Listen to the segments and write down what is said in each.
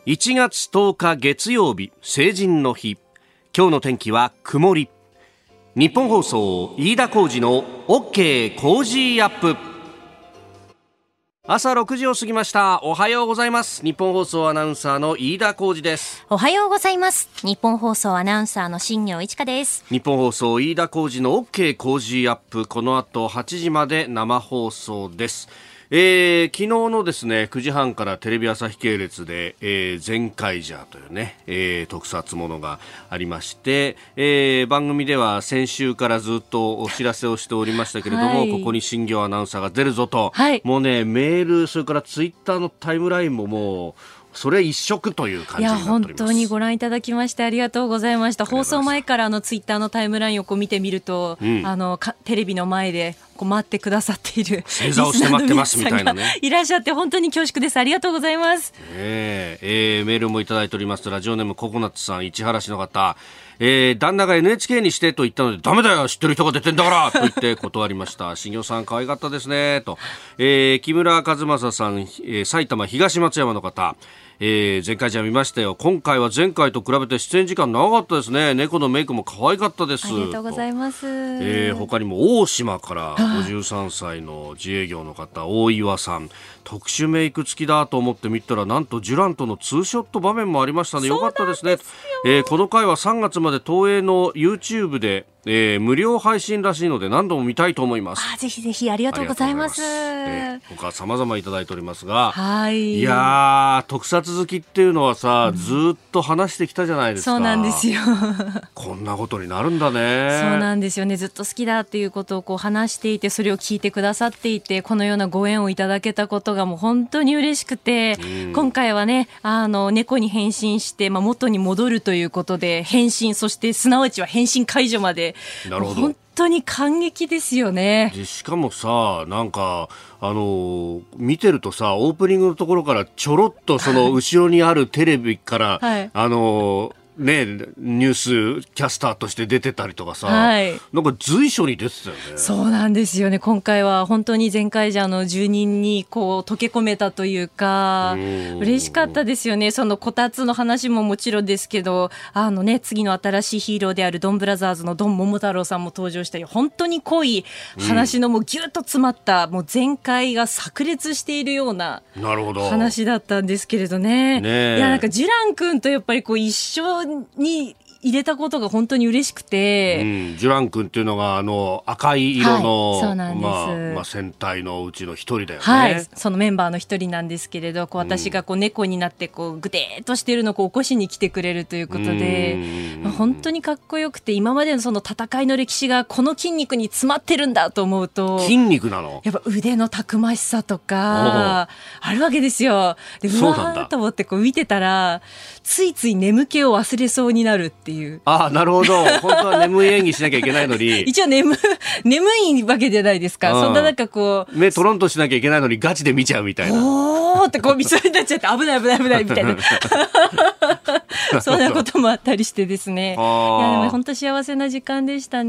1月10日月曜日、成人の日。今日の天気は曇り。日本放送飯田浩司の OK コージーアップ。朝6時を過ぎました。おはようございます。日本放送アナウンサーの飯田浩司です。 おはようございます。日本放送アナウンサーの新業一華です。 日本放送飯田浩司の OK コージーアップ。この後8時まで生放送です。昨日のですね9時半からテレビ朝日系列で、ゼンカイジャーというね、特撮ものがありまして、番組では先週からずっとお知らせをしておりましたけれども、はい、ここに新業アナウンサーが出るぞと、はい、もうねメールそれからツイッターのタイムラインももうそれ一色という感じになっております。 いや本当にご覧いただきましてありがとうございました。放送前からツイッターのタイムラインを見てみると、テレビの前で待ってくださっている正座をして待ってますみたいなねいらっしゃって本当に恐縮です。ありがとうございます。 メールもいただいております。ラジオネームココナッツさん、市原市の方、旦那が NHK にしてと言ったのでダメだよ知ってる人が出てんだからと言って断りました新業さん可愛かったですねと、木村和正さん、埼玉東松山の方、前回じゃ見ましたよ。今回は前回と比べて出演時間長かったですね。猫のメイクも可愛かったです。 ありがとうございます。 他にも大島から53歳の自営業の方、大岩さん、特殊メイク付きだと思って見たらなんとデュランとのツーショット場面もありましたね。よかったですね。この回は3月まで東映の YouTube で無料配信らしいので何度も見たいと思います。 ぜひぜひありがとうございます。 他様々いただいておりますが、 はい、 いや特撮好きっていうのはさ、ずっと話してきたじゃないですか。 そうなんですよこんなことになるんだね。 そうなんですよね。ずっと好きだっていうことを話していて、それを聞いてくださっていて、このようなご縁をいただけたことがもう本当に嬉しくて、今回はね猫に変身して、元に戻るということで変身、そしてすなわちは変身解除まで、 なるほど、 本当に感激ですよね。 でしかもさ、なんか見てるとさ、オープニングのところからちょろっとその後ろにあるテレビから、はい、ニュースキャスターとして出てたりとかさ、はい、なんか随所に出てたよね。 そうなんですよね。今回は本当にゼンカイジャーの住人に溶け込めたというか、嬉しかったですよね。そのこたつの話ももちろんですけど、次の新しいヒーローであるドンブラザーズのドン桃太郎さんも登場したり、本当に濃い話のもうギュッと詰まった、もう全開が炸裂しているような話だったんですけれどね。いやなんかジュラン君とやっぱり一緒に入れたことが本当に嬉しくて、 ジュラン君っていうのが赤い色の、 はい、そうなんです。 戦隊のうちの一人だよね。 はい、そのメンバーの一人なんですけれど、私が猫になってぐてーっとしているのを起こしに来てくれるということで、本当にかっこよくて、今までのその戦いの歴史がこの筋肉に詰まってるんだと思うと、 筋肉なの？ やっぱ腕のたくましさとかあるわけですよ。でうわーと思って見てたら、ついつい眠気を忘れそうになるっていう。 なるほど。本当は眠い演技しなきゃいけないのに一応眠いわけじゃないですか。そんな目トロンとしなきゃいけないのにガチで見ちゃうみたいな。 おーって見そうになっちゃって、危ないみたいなそんなこともあったりしてですね。いやでも本当幸せな時間でした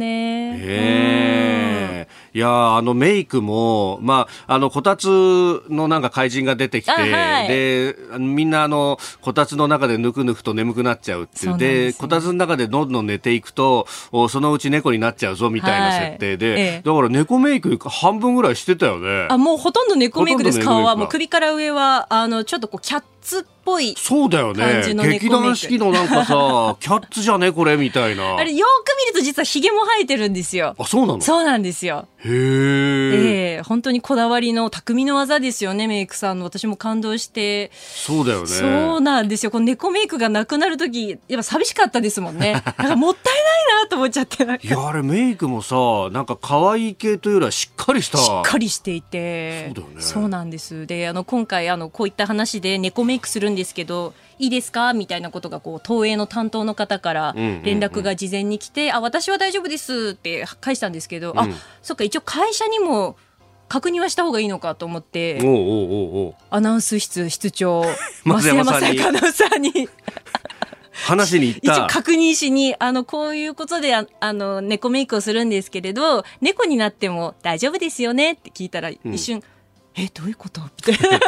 ね。 いやメイクも、こたつのなんか怪人が出てきて、はい、でみんなこたつの中でぬくぬくと眠くなっちゃうっていう。でこたつの中でどんどん寝ていくとそのうち猫になっちゃうぞみたいな設定で、だから猫メイク半分ぐらいしてたよね。 もうほとんど猫メイクです。顔はもう首から上はちょっとキャッツっぽい感じの猫メイク。 そうだよね。劇団四季のなんかさキャッツじゃねこれみたいな。 あれよく見ると実はヒゲも生えてるんですよ。 そうなの？ そうなんですよ。 へー。 本当にこだわりの匠の技ですよね、メイクさんの。私も感動して。 そうだよね。 そうなんですよ。この猫メイクがなくなるときやっぱ寂しかったですもんね。なんかもったいないなと思っちゃって。いやあれメイクもさ、なんか可愛い系というよりはしっかりしていて。 そうだよね。 そうなんです。で今回こういった話で猫メイクするんですけど、いいですかみたいなことが東映の担当の方から連絡が事前に来て、私は大丈夫ですって返したんですけど、そっか、一応会社にも確認はした方がいいのかと思って、アナウンス室室長増山さんアナウンサーに話に行った。 一応確認しにこういうことで猫メイクをするんですけれど、猫になっても大丈夫ですよねって聞いたら、一瞬どういうことって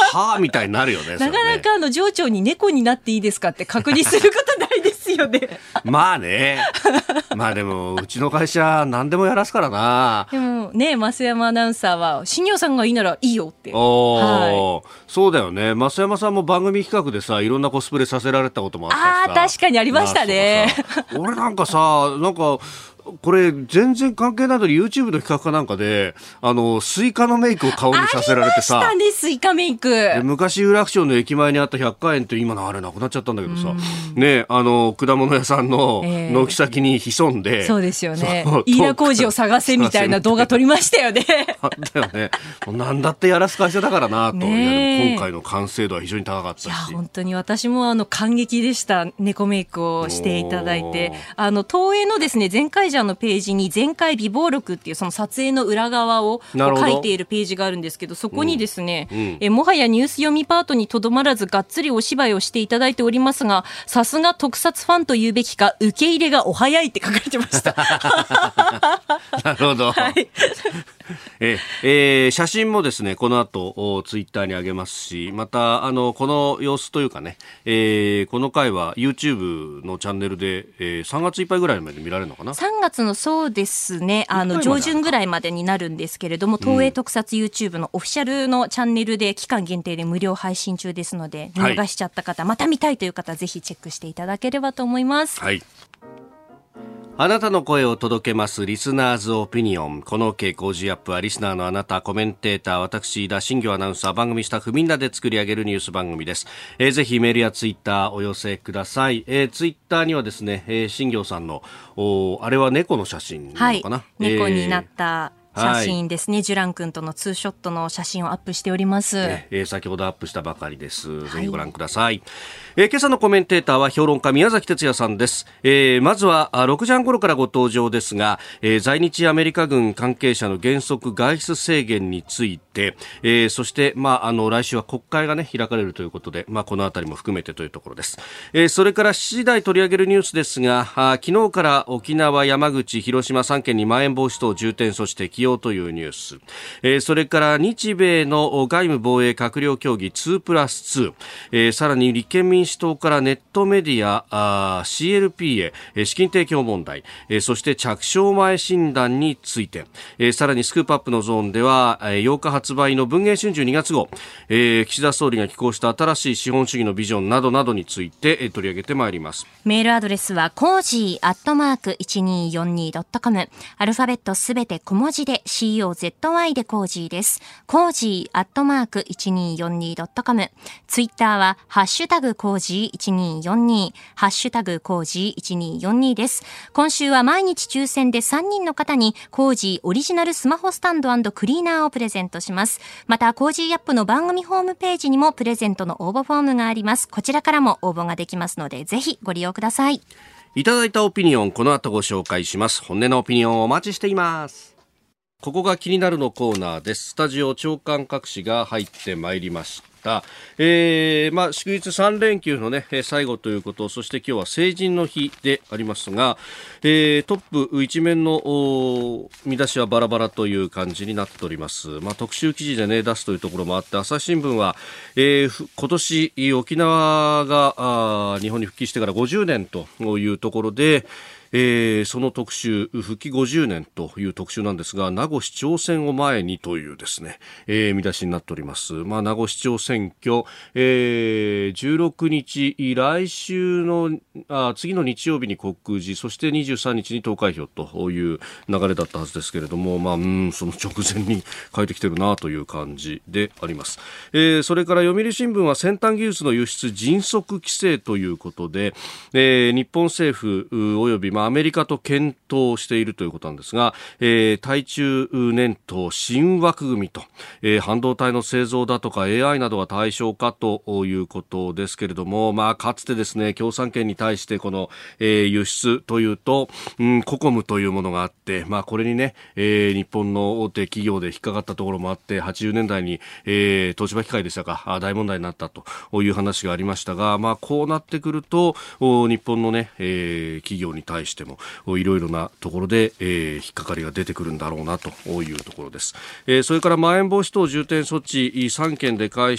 はぁみたいになるよね。 なかなか上長に猫になっていいですかって確認することないですよね。 まあね。まあでもうちの会社何でもやらすからな。 でもね、増山アナウンサーは新業さんがいいならいいよって。 はい、そうだよね。増山さんも番組企画でさ、いろんなコスプレさせられたこともあったしさ。 確かにありましたね。 俺なんかさ、これ全然関係ないのに YouTube の企画かなんかでスイカのメイクを顔にさせられてさ、 ありましたね、スイカメイク。 昔有楽町の駅前にあった百貨園って今のあれなくなっちゃったんだけどさ、ね、果物屋さんの軒先に潜んで、 そうですよね、飯田浩司を探せみたいな動画撮りましたよね。 だよね。なんだってやらす会社だからなと。今回の完成度は非常に高かったし、いや本当に私も感激でした。猫メイクをしていただいて、東映のですね、前回のページに前回備忘録っていうその撮影の裏側を書いているページがあるんですけど、そこにですね、もはやニュース読みパートにとどまらずがっつりお芝居をしていただいておりますが、さすが特撮ファンと言うべきか受け入れがお早いって書かれてました。 なるほど、はい。写真もですね、この後ツイッターに上げますし、またこの様子というかね、この回は YouTube のチャンネルで、3月いっぱいぐらいまで見られるのかな。 3月のそうですね、上旬ぐらいまでになるんですけれども、東映特撮 YouTube のオフィシャルのチャンネルで期間限定で無料配信中ですので、見逃しちゃった方、また見たいという方、ぜひチェックしていただければと思います。 はい。あなたの声を届けますリスナーズオピニオン。この OK 工事アップはリスナーのあなた、コメンテーター、私田新業アナウンサー、番組スタッフみんなで作り上げるニュース番組です。ぜひメールやツイッターお寄せください。ツイッターにはですね、新業さんのあれは猫の写真なのかな、 猫になった写真ですね、ジュラン君とのツーショットの写真をアップしております。 先ほどアップしたばかりです。ぜひご覧ください。今朝のコメンテーターは評論家宮崎哲也さんです。まずは6時半頃からご登場ですが、在日アメリカ軍関係者の原則外出制限について、そして、来週は国会がね開かれるということで、このあたりも含めてというところです。それから7時台取り上げるニュースですが、昨日から沖縄、山口、広島3県にまん延防止等重点措置適用というニュース、それから日米の外務防衛閣僚協議 2+2、さらに立憲民主党からネットメディアCLP へ資金提供問題、そして着床前診断について、さらにスクープアップのゾーンでは8日発売の文藝春秋2月号、岸田総理が寄稿した新しい資本主義のビジョンなどなどについて取り上げてまいります。 メールアドレスはコージー@1242.com、 アルファベットすべて小文字でCOZY でコージーです。コージー@1242.com、 ツイッターはハッシュタグコージー1242、ハッシュタグコージー1242です。今週は毎日抽選で3人の方にコージーオリジナルスマホスタンド&クリーナーをプレゼントします。またコージーアップの番組ホームページにもプレゼントの応募フォームがあります。こちらからも応募ができますので、ぜひご利用ください。 いただいたオピニオン、この後ご紹介します。本音のオピニオンをお待ちしています。ここが気になるのコーナーです。スタジオ長官各紙が入ってまいりました。祝日3連休の、ね、最後ということ、そして今日は成人の日でありますが、トップ一面の見出しはバラバラという感じになっております。特集記事で、ね、出すというところもあって、朝日新聞は、今年沖縄が日本に復帰してから50年というところで、その特集、復帰50年という特集なんですが、名護市長選を前にというですね、見出しになっております。名護市長選挙、16日、来週の次の日曜日に告示、そして23日に投開票という流れだったはずですけれども、その直前に変えてきてるなという感じであります。それから読売新聞は先端技術の輸出迅速規制ということで、日本政府およびアメリカと検討しているということなんですが、対中年頭新枠組みと、半導体の製造だとか AI などが対象かということですけれども、かつてですね、共産圏に対してこの、輸出というと、ココムというものがあって、これにね、日本の大手企業で引っかかったところもあって、80年代に、東芝機械でしたか、大問題になったという話がありましたが、こうなってくると日本のね、企業に対してもいろいろなところで、引っかかりが出てくるんだろうなというところです。それからまん延防止等重点措置3県で開始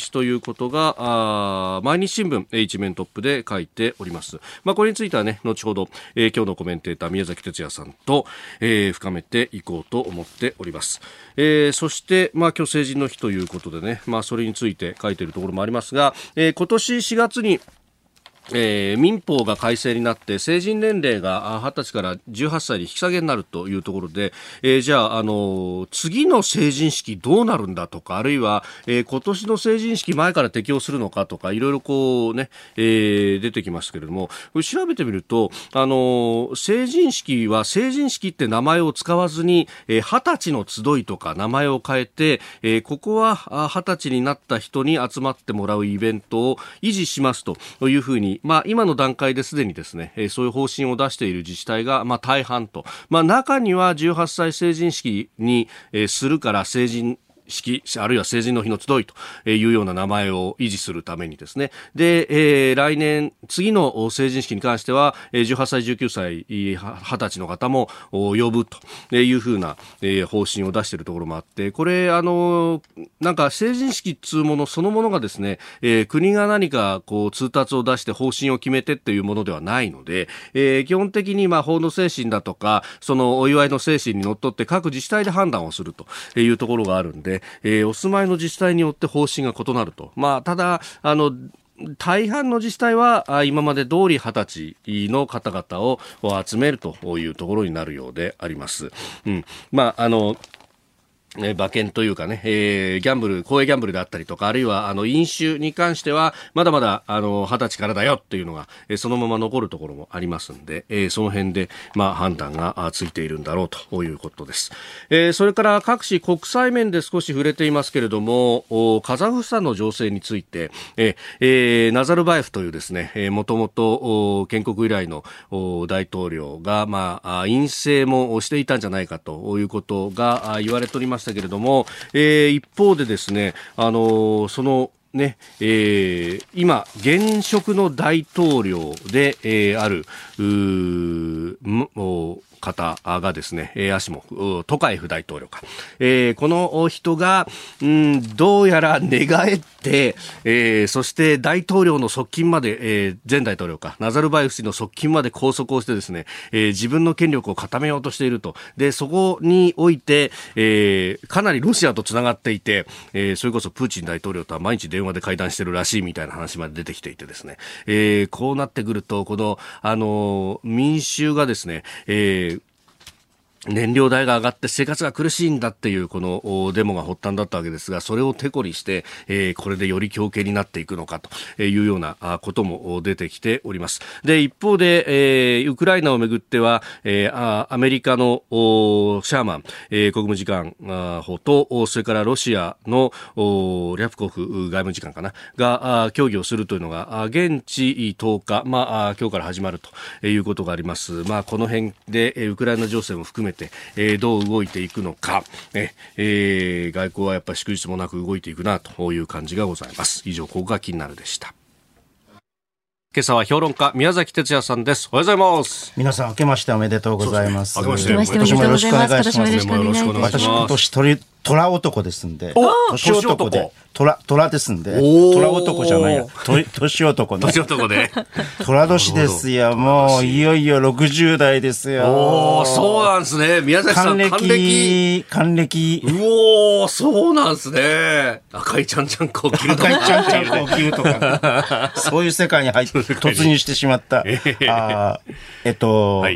しということが毎日新聞一面トップで書いております。これについてはね、後ほど、今日のコメンテーター宮崎哲也さんと、深めていこうと思っております。そして、今日成人の日ということでね、それについて書いているところもありますが、今年4月に民法が改正になって成人年齢が20歳から18歳に引き下げになるというところで、じゃあ、次の成人式どうなるんだとか、あるいは、今年の成人式前から適用するのかとか、いろいろこうね、出てきましたけれども、調べてみると、成人式は成人式って名前を使わずに、20歳の集いとか名前を変えて、ここは20歳になった人に集まってもらうイベントを維持しますというふうに今の段階ですでにですね、そういう方針を出している自治体が大半と、中には18歳成人式にするから成人式あるいは成人の日の集いというような名前を維持するためにですね、で、来年次の成人式に関しては18歳19歳20歳の方も呼ぶというふうな方針を出しているところもあって、これなんか成人式っつうものそのものがですね、国が何かこう通達を出して方針を決めてっていうものではないので、基本的に法の精神だとかそのお祝いの精神にのっとって各自治体で判断をするというところがあるんで、お住まいの自治体によって方針が異なると。ただ大半の自治体は今まで通り20歳の方々を集めるというところになるようであります。馬券というかね、ギャンブル、公営ギャンブルであったりとか、あるいは飲酒に関してはまだまだ20歳からだよっていうのがそのまま残るところもありますんで、その辺で判断がついているんだろうということです。それから各地国際面で少し触れていますけれども、カザフスタンの情勢について、ナザルバエフというですね、もともと建国以来の大統領が陰性もしていたんじゃないかということが言われておりましたけれども、一方でですね、そのね、今現職の大統領で、ある方がですね、アシモフトカエフ大統領か、この人がどうやら寝返って、そして大統領の側近まで、前大統領かナザルバエフ氏の側近まで拘束をしてですね、自分の権力を固めようとしていると。でそこにおいて、かなりロシアとつながっていて、それこそプーチン大統領とは毎日電話で会談してるらしいみたいな話まで出てきていてですね、こうなってくるとこの民衆がですね、燃料代が上がって生活が苦しいんだっていうこのデモが発端だったわけですが、それをてこにして、これでより強権になっていくのかというようなことも出てきております。で一方で、ウクライナをめぐっては、アメリカのシャーマン、国務次官補と、それからロシアのリャプコフ外務次官かなが協議をするというのが現地10日、今日から始まるということがあります。この辺でウクライナ情勢も含めてどう動いていくのか、外交はやっぱり祝日もなく動いていくなという感じがございます。以上、ここが気になるでした。今朝は評論家宮崎哲也さんです。おはようございます。 皆さん明けましておめでとうございます。 明けましておめでとうございます。今年もよろしくお願いします。 私今年虎男ですんで、年男で虎ですんで、虎男じゃないや、年男ね。 年男で虎年ですよ。もういよいよ60代ですよ。 おー、そうなんですね。宮崎さん還暦。うおー、そうなんですね。赤いちゃんちゃんこを着るとか、 赤いちゃんちゃんこを着るとか、そういう世界に突入してしまったはい、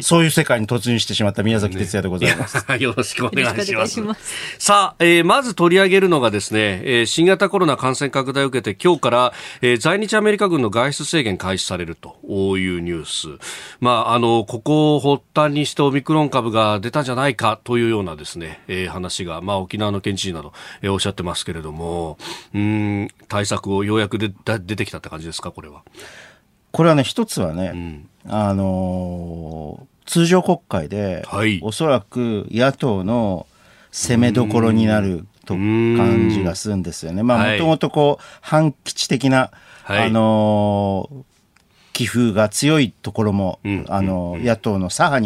そういう世界に突入してしまった宮崎哲也でございます。 よろしくお願いします。さあ、まず取り上げるのがですね、新型コロナ感染拡大を受けて今日から、在日アメリカ軍の外出制限開始されるというニュース。ここを発端にしてオミクロン株が出たんじゃないかというようなですね、話が、沖縄の県知事など、おっしゃってますけれども、対策をようやく出てきたって感じですか、これは。 これはね、一つはね、通常国会で、おそらく野党の攻めどころになると感じがするんですよね。もともとこう反基地的な、気風が強いところも、野党の左派には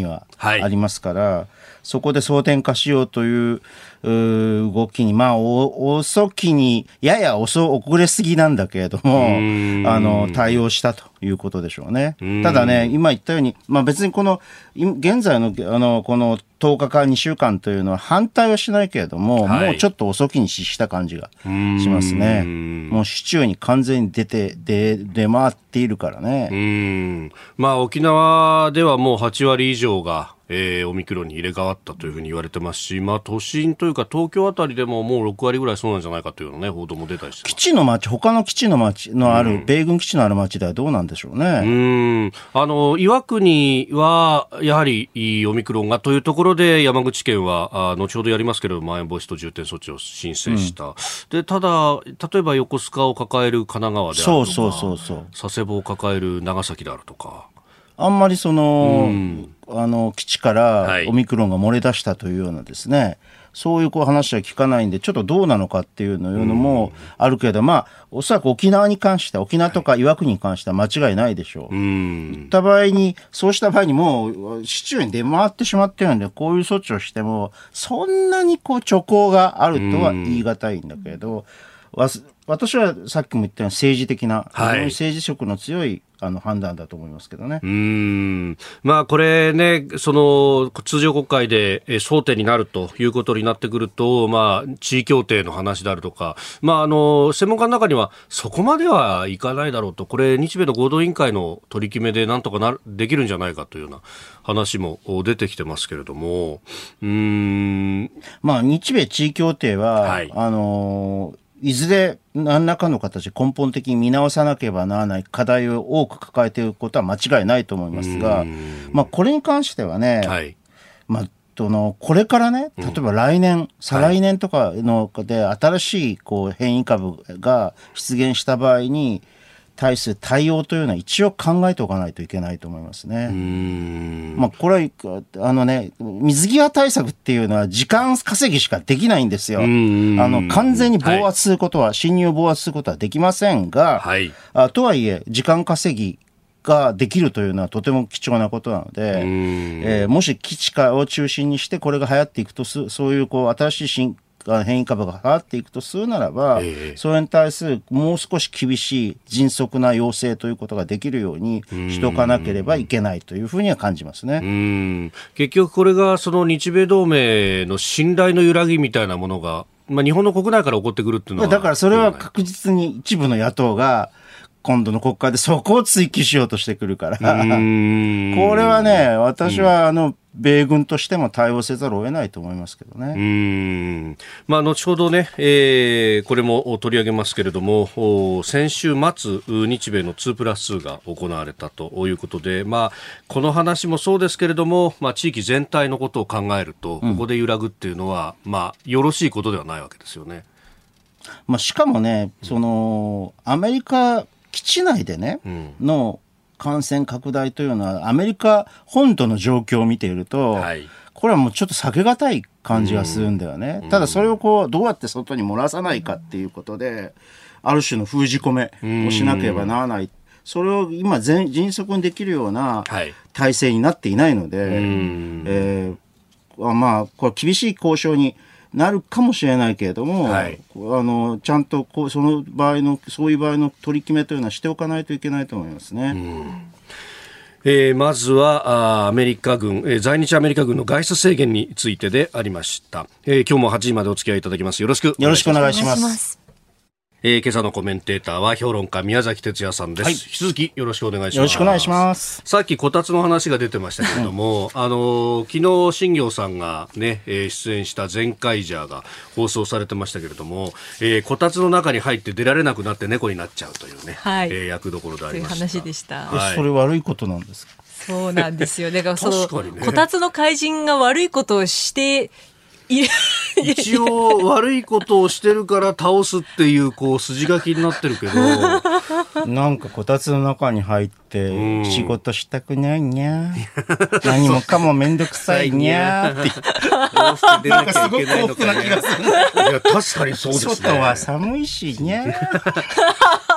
ありますから、そこで争点化しようという動きに、まあ、遅きに、やや遅れすぎなんだけれども、対応したということでしょうね。ただね、今言ったように、まあ別にこの、現在の、この10日間、2週間というのは反対はしないけれども、もうちょっと遅きに失した感じがしますね。もう市中に完全に出回っているからね。 まあ沖縄ではもう8割以上が、オミクロンに入れ替わったというふうに言われてますし、まあ、都心というか東京あたりでももう6割ぐらいそうなんじゃないかというような、ね、報道も出たりして、 基地の町、他の基地の町のある、米軍基地のある町ではどうなんでしょうね。 岩国はやはりオミクロンがというところで、山口県は後ほどやりますけれども、まん延防止等重点措置を申請した、でただ例えば横須賀を抱える神奈川であるとか、佐世保を抱える長崎であるとか、 あんまりその、基地からオミクロンが漏れ出したというようなですね、そういう話は聞かないんで、ちょっとどうなのかっていうのもあるけど、まあ、おそらく沖縄に関しては、沖縄とか岩国に関しては間違いないでしょう。そうした場合にもう、市中に出回ってしまっているので、こういう措置をしても、そんなに兆候があるとは言い難いんだけれど、私はさっきも言ったように政治的な、政治色の強い判断だと思いますけどね。 まあこれね、その通常国会で争点になるということになってくると、まあ地位協定の話であるとか、まあ専門家の中にはそこまではいかないだろうと、これ日米の合同委員会の取り決めでなんとかできるんじゃないかというような話も出てきてますけれども、 まあ日米地位協定は、いずれ何らかの形で根本的に見直さなければならない課題を多く抱えていることは間違いないと思いますが、まあ、これに関してはね、まあ、これからね、例えば来年、再来年とかので新しい変異株が出現した場合に対する対応というのは一応考えておかないといけないと思いますね。まあ、これは、水際対策っていうのは時間稼ぎしかできないんですよ。完全に防圧することは、侵入を防圧することはできませんが、とはいえ、時間稼ぎができるというのはとても貴重なことなので、もし基地化を中心にしてこれが流行っていくと、そういう新しい変異株が流行っていくとするならば、それに対するもう少し厳しい迅速な要請ということができるようにしておかなければいけないというふうには感じますね。 結局これがその日米同盟の信頼の揺らぎみたいなものが、まあ、日本の国内から起こってくるっていうのは、 だからそれは確実に一部の野党が今度の国会でそこを追及しようとしてくるからこれはね、私は米軍としても対応せざるを得ないと思いますけどね。 まあ、後ほどね、これも取り上げますけれども、先週末日米の2+2が行われたということで、まあ、この話もそうですけれども、まあ、地域全体のことを考えると、ここで揺らぐっていうのは、まあ、よろしいことではないわけですよね。 まあ、しかもね、アメリカ基地内でね、の感染拡大というのはアメリカ本土の状況を見ていると、これはもうちょっと避けがたい感じがするんだよね。ただそれをどうやって外に漏らさないかっていうことで、ある種の封じ込めをしなければならない。それを今迅速にできるような体制になっていないので、まあこれ厳しい交渉になるかもしれないけれども、ちゃんとそういう場合の取り決めというのはしておかないといけないと思いますね。 まずはアメリカ軍、在日アメリカ軍の外出制限についてでありました。今日も8時までお付き合いいただきます。よろしくお願いします。今朝のコメンテーターは評論家宮崎哲也さんです。引き続きよろしくお願いします。 よろしくお願いします。 さっきこたつの話が出てましたけれども、昨日新行さんがね、出演したゼンカイジャーが放送されてましたけれども、こたつの中に入って出られなくなって猫になっちゃうというね、役どころでありました。 という話でした。 それ悪いことなんですか？ そうなんですよ。だからこたつの怪人が悪いことをして一応悪いことをしてるから倒すっていう筋書きになってるけどなんかこたつの中に入って仕事したくないにゃ何もかもめんどくさいにゃって出なきゃいけないのかね。いや確かにそうですね。 外は寒いしにゃ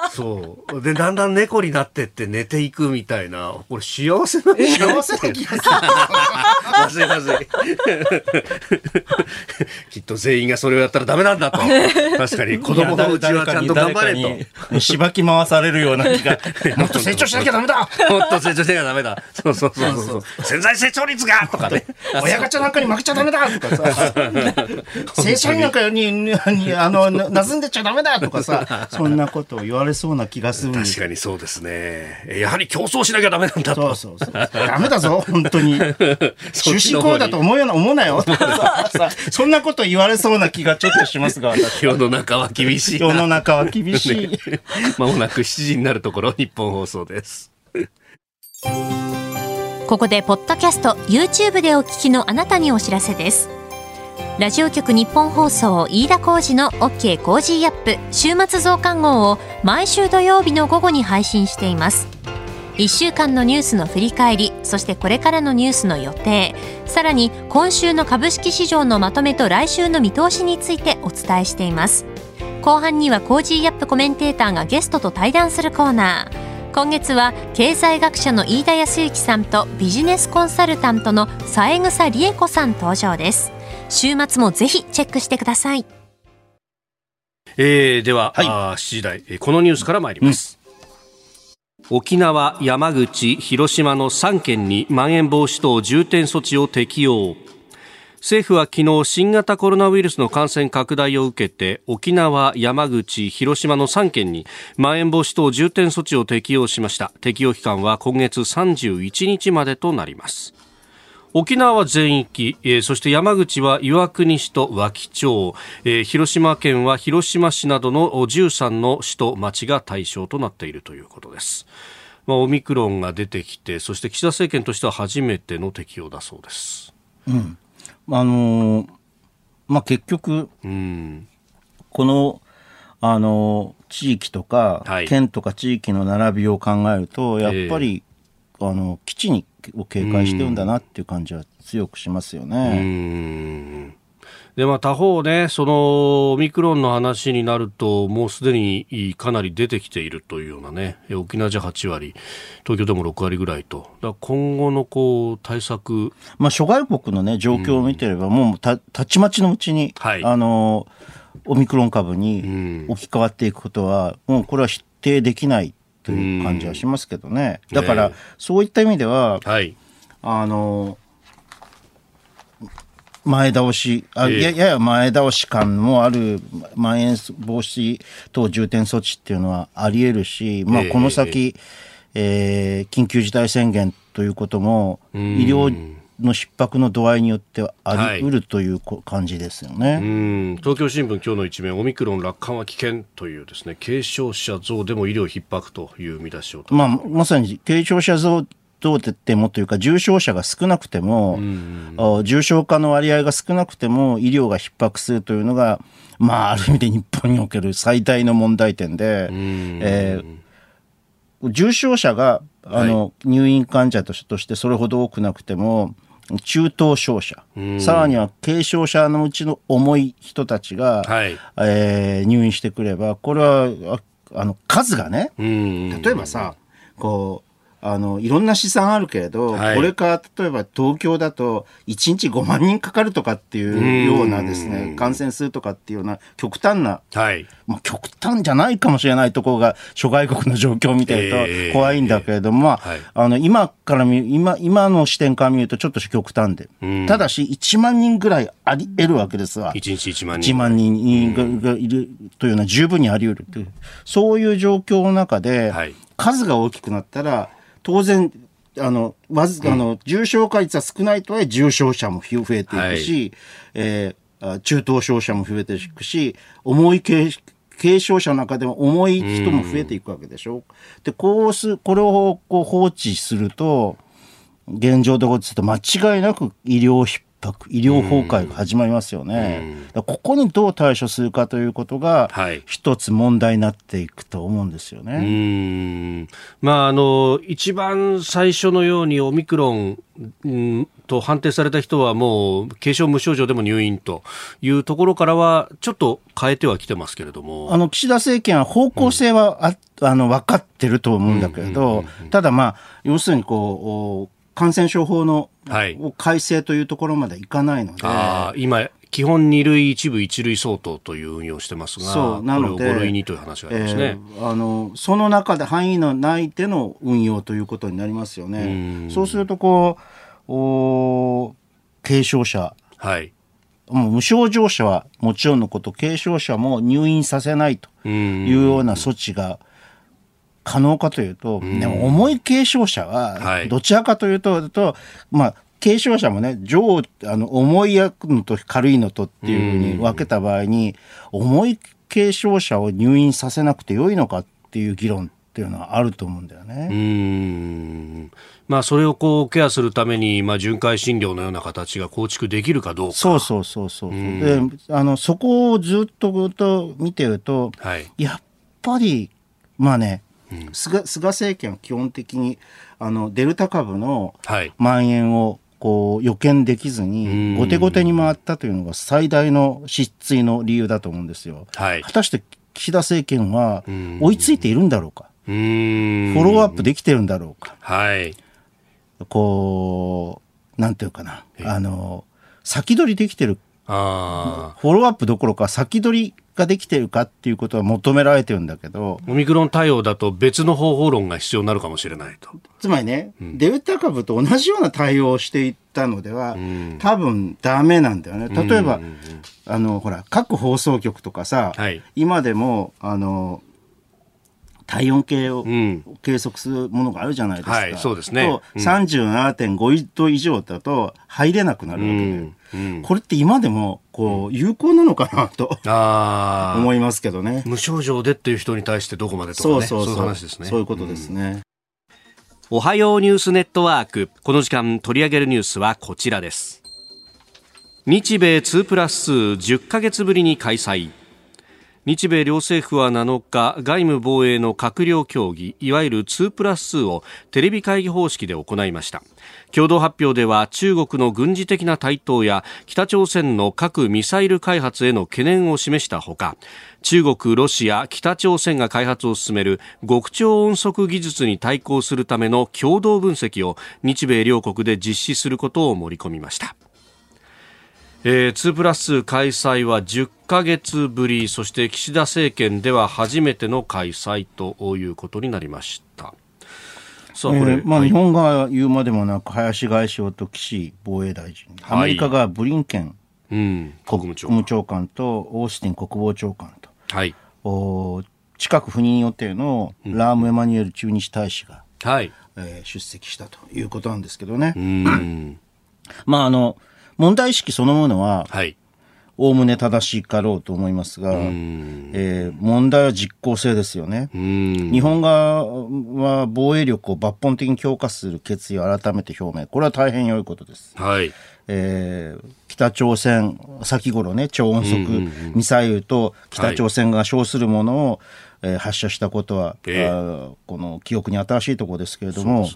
そうでだんだん猫になってって寝ていくみたいな、これ幸せな気がするまずいまずいきっと全員がそれをやったらダメなんだと。確かに子供のうちはちゃんと頑張れとしばき回されるような気がもっと成長しなきゃダメだもっと成長しなきゃダメだ、そう潜在成長率がとかね親ガチャなんかに負けちゃダメだとかさ正社員なんかに馴んでちゃダメだとかさ、そんなことを言われそうな気がするんです。 確かにそうですね。やはり競争しなきゃダメなんだと。 そうダメだぞ本当に終身雇用だと思うなよそんなこと言われそうな気がちょっとしますが、 世の中は厳しい。 世の中は厳しい。 まもなく7時になるところ、日本放送です。 ここでポッドキャスト YouTube でお聞きのあなたにお知らせです。ラジオ局日本放送飯田浩司の OK コージーアップ週末増刊号を毎週土曜日の午後に配信しています。1週間のニュースの振り返り、そしてこれからのニュースの予定、さらに今週の株式市場のまとめと来週の見通しについてお伝えしています。後半にはコージーアップコメンテーターがゲストと対談するコーナー。今月は経済学者の飯田康之さんとビジネスコンサルタントの三枝理恵子さん登場です。週末もぜひチェックしてください。 では、7時台、このニュースから参ります。沖縄、山口、広島の3県にまん延防止等重点措置を適用。政府は昨日新型コロナウイルスの感染拡大を受けて沖縄、山口、広島の3県にまん延防止等重点措置を適用しました。適用期間は今月31日までとなります。沖縄は全域、そして山口は岩国市と和木町、広島県は広島市などの13の市と町が対象となっているということです。オミクロンが出てきて、そして岸田政権としては初めての適用だそうです。 結局、この地域とか、県とか地域の並びを考えるとやっぱり、基地を警戒してるんだなっていう感じは強くしますよね。 で他方ね、そのオミクロンの話になるともうすでにかなり出てきているというようなね、沖縄じゃ8割、東京でも6割ぐらいと、だ今後の対策、 諸外国のね状況を見てれば、もうたちまちのうちに、オミクロン株に置き換わっていくことは、もうこれは否定できないという感じはしますけどね。だから、そういった意味では、前倒し、やや前倒し感もあるまん延防止等重点措置っていうのはあり得るし、この先、緊急事態宣言ということも医療の逼迫の度合いによってはあり得るという感じですよね。 東京新聞今日の一面、オミクロン楽観は危険というですね、軽症者増でも医療逼迫という見出しを、 まさに軽症者増どうでもというか、重症者が少なくても、重症化の割合が少なくても医療が逼迫するというのが、ある意味で日本における最大の問題点で、重症者が入院患者としてそれほど多くなくても、中等症者、さらには軽症者のうちの重い人たちが、入院してくれば、これは数がね、例えばさ、いろんな試算あるけれど、これから例えば東京だと1日5万人かかるとかっていうようなですね、感染数とかっていうような極端な、極端じゃないかもしれないところが諸外国の状況を見てると怖いんだけれども、今の視点から見るとちょっと極端で、ただし1万人ぐらいあり得るわけですわ。 1日1万人。 1万人がいるというのは十分にあり得るという、そういう状況の中で、数が大きくなったら当然重症化率は少ないとはいえ重症者も増えていくし、中等症者も増えていくし、重い軽症者の中でも重い人も増えていくわけでしょ。でこれを放置すると、現状でと間違いなく医療逼迫、医療崩壊が始まりますよね。ここにどう対処するかということが、一つ問題になっていくと思うんですよね。 一番最初のようにオミクロンと判定された人はもう軽症無症状でも入院というところからはちょっと変えてはきてますけれども、 岸田政権は方向性は分かってると思うんだけれど、ただ要するに感染症法の改正というところまでいかないので、 今基本2類1部1類相当という運用をしてますが、そうなのでこれを5類にという話がありますね。 その中で範囲の内での運用ということになりますよね。そうすると軽症者、もう無症状者はもちろんのこと、軽症者も入院させないというような措置が可能かというと、でも重い軽症者はどちらかというと、軽症者もね、重いのと軽いのとっていうふうに分けた場合に、重い軽症者を入院させなくてよいのかっていう議論っていうのはあると思うんだよね。 それをケアするために、巡回診療のような形が構築できるかどうか。 そう。で、そこをずっと見てると、やっぱり菅政権は基本的にデルタ株の蔓延を予見できずに後手後手に回ったというのが最大の失墜の理由だと思うんですよ。果たして岸田政権は追いついているんだろうか、フォローアップできてるんだろうか、なんていうかな、先取りできてる、フォローアップどころか先取りができているかっていうことは求められてるんだけど、 オミクロン対応だと別の方法論が必要になるかもしれないと。 つまりね、デルタ株と同じような対応をしていったのでは、多分ダメなんだよね。例えば、ほら各放送局とかさ、今でも体温計を計測するものがあるじゃないですか。 そうですね。 37.5 度以上だと入れなくなるわけで、これって今でも有効なのかなと思いますけどね。 無症状でっていう人に対してどこまでとかね、そういう話ですね。 そういうことですね。 おはようニュースネットワーク、この時間取り上げるニュースはこちらです。日米2プラス10ヶ月ぶりに開催。日米両政府は7日、外務防衛の閣僚協議、いわゆる2プラス2をテレビ会議方式で行いました。共同発表では中国の軍事的な台頭や北朝鮮の核・ミサイル開発への懸念を示したほか、中国、ロシア、北朝鮮が開発を進める極超音速技術に対抗するための共同分析を日米両国で実施することを盛り込みました。2プラス開催は10ヶ月ぶり、そして岸田政権では初めての開催ということになりました。 さあこれ、日本が言うまでもなく林外相と岸防衛大臣、アメリカがブリンケン国務長官とオースティン国防長官と、近く赴任予定のラーム・エマニュエル駐日大使が、出席したということなんですけどね。問題意識そのものは、おおむね正しいかろうと思いますが、問題は実効性ですよね。日本側は防衛力を抜本的に強化する決意を改めて表明。これは大変良いことです。北朝鮮、先頃ね、超音速ミサイルと北朝鮮が称するものを、発射したことは、この記憶に新しいところですけれども、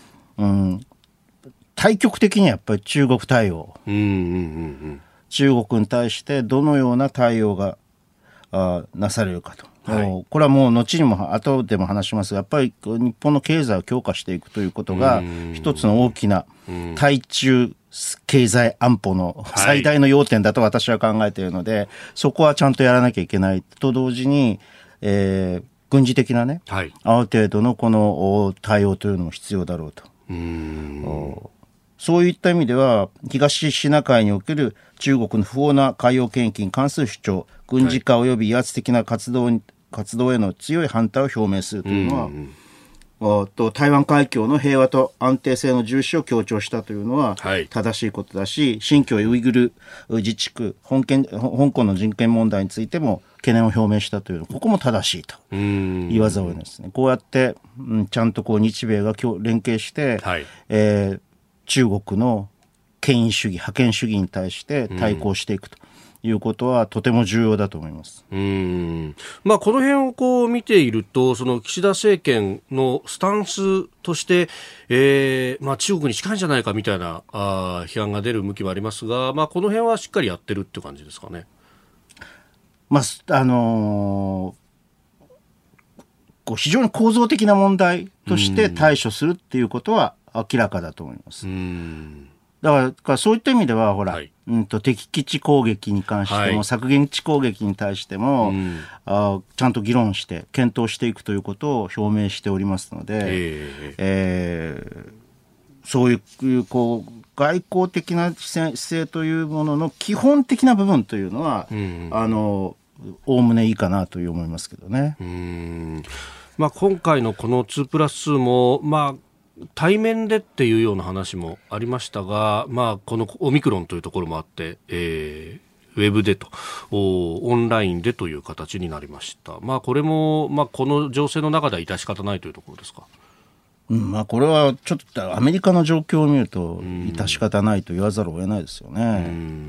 対極的にはやっぱり中国対応、中国に対してどのような対応がなされるかと、これはもう後にも後でも話しますが、やっぱり日本の経済を強化していくということが一つの大きな対中経済安保の最大の要点だと私は考えているので、そこはちゃんとやらなきゃいけないと同時に、軍事的なね、ある程度のこの対応というのも必要だろうと。そういった意味では東シナ海における中国の不法な海洋権益に関する主張、軍事化及び威圧的な活動への強い反対を表明するというのは、台湾海峡の平和と安定性の重視を強調したというのは正しいことだし、新疆ウイグル自治区、香港の人権問題についても懸念を表明したというのは、ここも正しいと言わざるを得ないですね。こうやって、ちゃんと日米が連携して、中国の権威主義、覇権主義に対して対抗していくということはとても重要だと思います。 この辺をこう見ていると、その岸田政権のスタンスとして、中国に近いんじゃないかみたいな批判が出る向きもありますが、この辺はしっかりやってるって感じですかね。 非常に構造的な問題として対処するっていうことは明らかだと思います。だからそういった意味では敵基地攻撃に関しても、削減地攻撃に対しても、ちゃんと議論して検討していくということを表明しておりますので、そういう外交的な姿勢というものの基本的な部分というのはおおむねいいかなと思いますけどね。 今回のこの2+2も対面でっていうような話もありましたが、このオミクロンというところもあって、ウェブでとオンラインでという形になりました。これも、この情勢の中では致し方ないというところですか。 これはちょっとアメリカの状況を見ると致し方ないと言わざるを得ないですよね。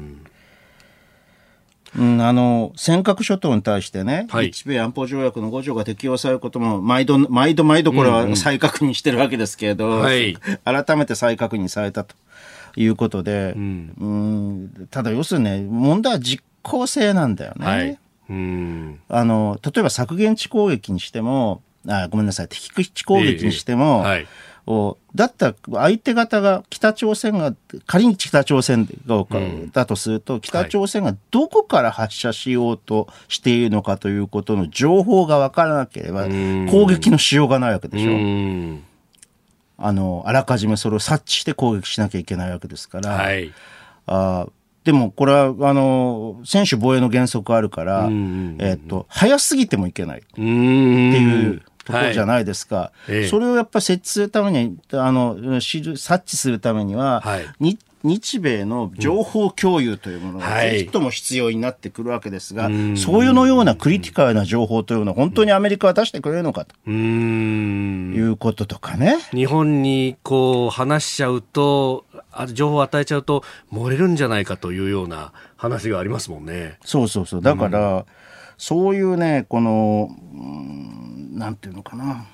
尖閣諸島に対してね、日米安保条約の5条が適用されることも毎度これは再確認してるわけですけれど、改めて再確認されたということで、ただ要するにね、問題は実効性なんだよね。例えば削減地攻撃にしても、ごめんなさい、敵基地攻撃にしても、だったら相手方が北朝鮮が仮に北朝鮮だとすると、北朝鮮がどこから発射しようとしているのかということの情報が分からなければ攻撃のしようがないわけでしょ。あらかじめそれを察知して攻撃しなきゃいけないわけですから、でもこれは専守防衛の原則あるから、早すぎてもいけないっていうところじゃないですか。それをやっぱり設置するために察知するためには、日米の情報共有というものがぜひとも必要になってくるわけですが、そういうのようなクリティカルな情報というのは本当にアメリカは出してくれるのかということとかね。 日本にこう話しちゃうと、情報を与えちゃうと漏れるんじゃないかというような話がありますもんね。 そうだから、そういうね、このなんていうのかな、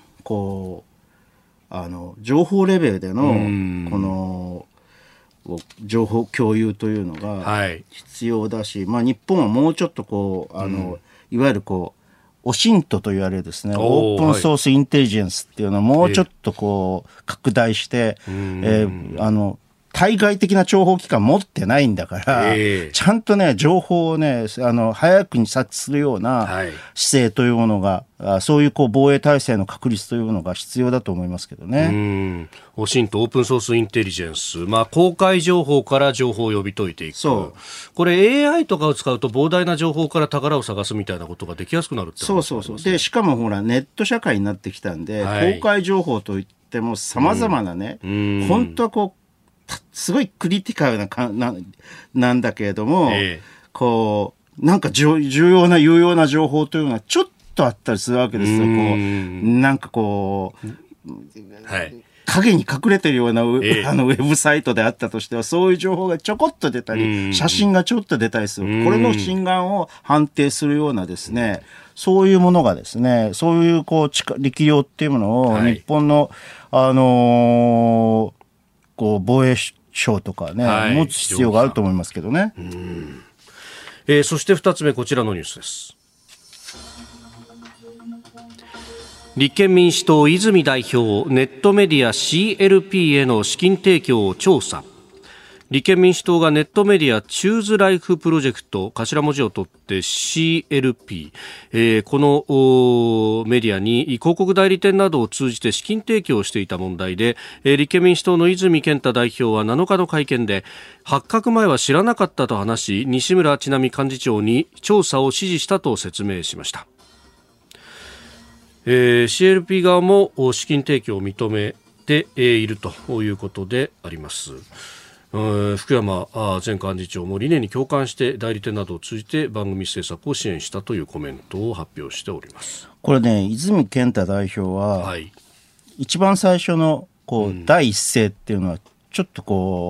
情報レベルでのこの情報共有というのが必要だし、日本はもうちょっといわゆるOSINT と言われるですね、オープンソースインテリジェンスっていうのをもうちょっと拡大して、対外的な諜報機関持ってないんだから、ちゃんとね、情報をね、早くに察知するような姿勢というものが、そういう防衛体制の確立というのが必要だと思いますけどね。 OSINT、オープンソースインテリジェンス、公開情報から情報を呼び解いていく。これ AI とかを使うと膨大な情報から宝を探すみたいなことができやすくなるってことですね。 で、しかもほら、ネット社会になってきたんで、公開情報といっても様々なね、本当はすごいクリティカルなんだけれども、なんか重要な有用な情報というのはちょっとあったりするわけですよ。なんか影に隠れてるようなウェブサイトであったとしては、そういう情報がちょこっと出たり、写真がちょっと出たりする。これの真贋を判定するようなですね、そういうものがですね、そういう力量っていうものを日本の、防衛省とかね、持つ必要があると思いますけどね。 そして2つ目、こちらのニュースです。立憲民主党泉代表、ネットメディア CLP への資金提供を調査。立憲民主党がネットメディアチューズライフプロジェクト、頭文字を取って CLP、このメディアに広告代理店などを通じて資金提供をしていた問題で、立憲民主党の泉健太代表は7日の会見で、発覚前は知らなかったと話し、西村智奈美幹事長に調査を指示したと説明しました。CLP 側も資金提供を認めているということであります。福山前幹事長も理念に共感して代理店などを通じて番組制作を支援したというコメントを発表しております。 これね、泉健太代表は、一番最初の第一声っていうのはちょっと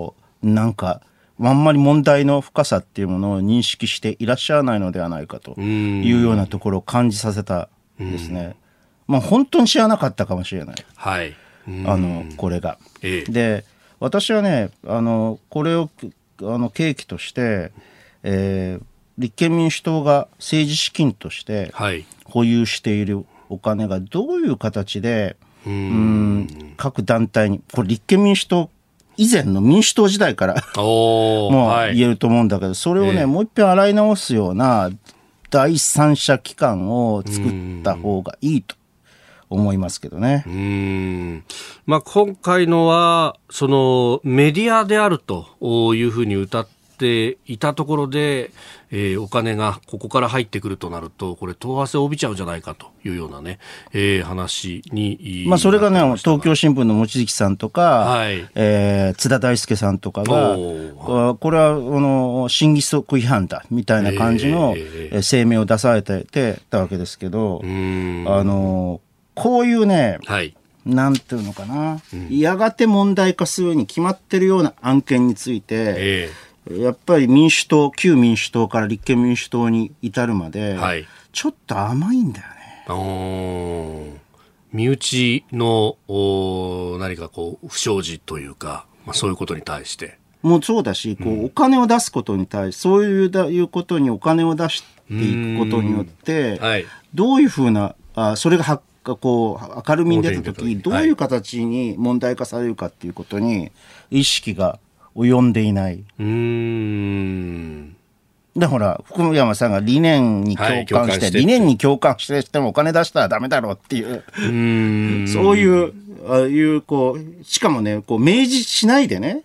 なんかあんまり問題の深さっていうものを認識していらっしゃらないのではないかというようなところを感じさせたですね。まあ本当に知らなかったかもしれない。 はい。 これが。で、私はね、これを契機として、立憲民主党が政治資金として保有しているお金がどういう形で、各団体に、これ立憲民主党以前の民主党時代からもう言えると思うんだけど、それをね、もう一遍洗い直すような第三者機関を作った方がいいと思いますけどね。 まあ、今回のはそのメディアであるというふうに歌っていたところで、お金がここから入ってくるとなると、これ党派性を帯びちゃうんじゃないかというようなね、話に、 まあ、それがね、東京新聞の望月さんとか、津田大介さんとかが、これは審議則違反だみたいな感じの声明を出されてたわけですけど、こういうね、なんていうのかな、やがて問題化するに決まってるような案件について、やっぱり旧民主党から立憲民主党に至るまで、ちょっと甘いんだよね。身内の何かこう不祥事というか、まあ、そういうことに対してもうそうだし、お金を出すことに対して、そういうことにお金を出していくことによって、どういうふうなそれがこう明るみに出たとき、どういう形に問題化されるかっていうことに意識が及んでいない。だから福山さんが理念に共感して、理念に共感してもお金出したらダメだろうっていう、そういうこうしかもね、こう明示しないでね。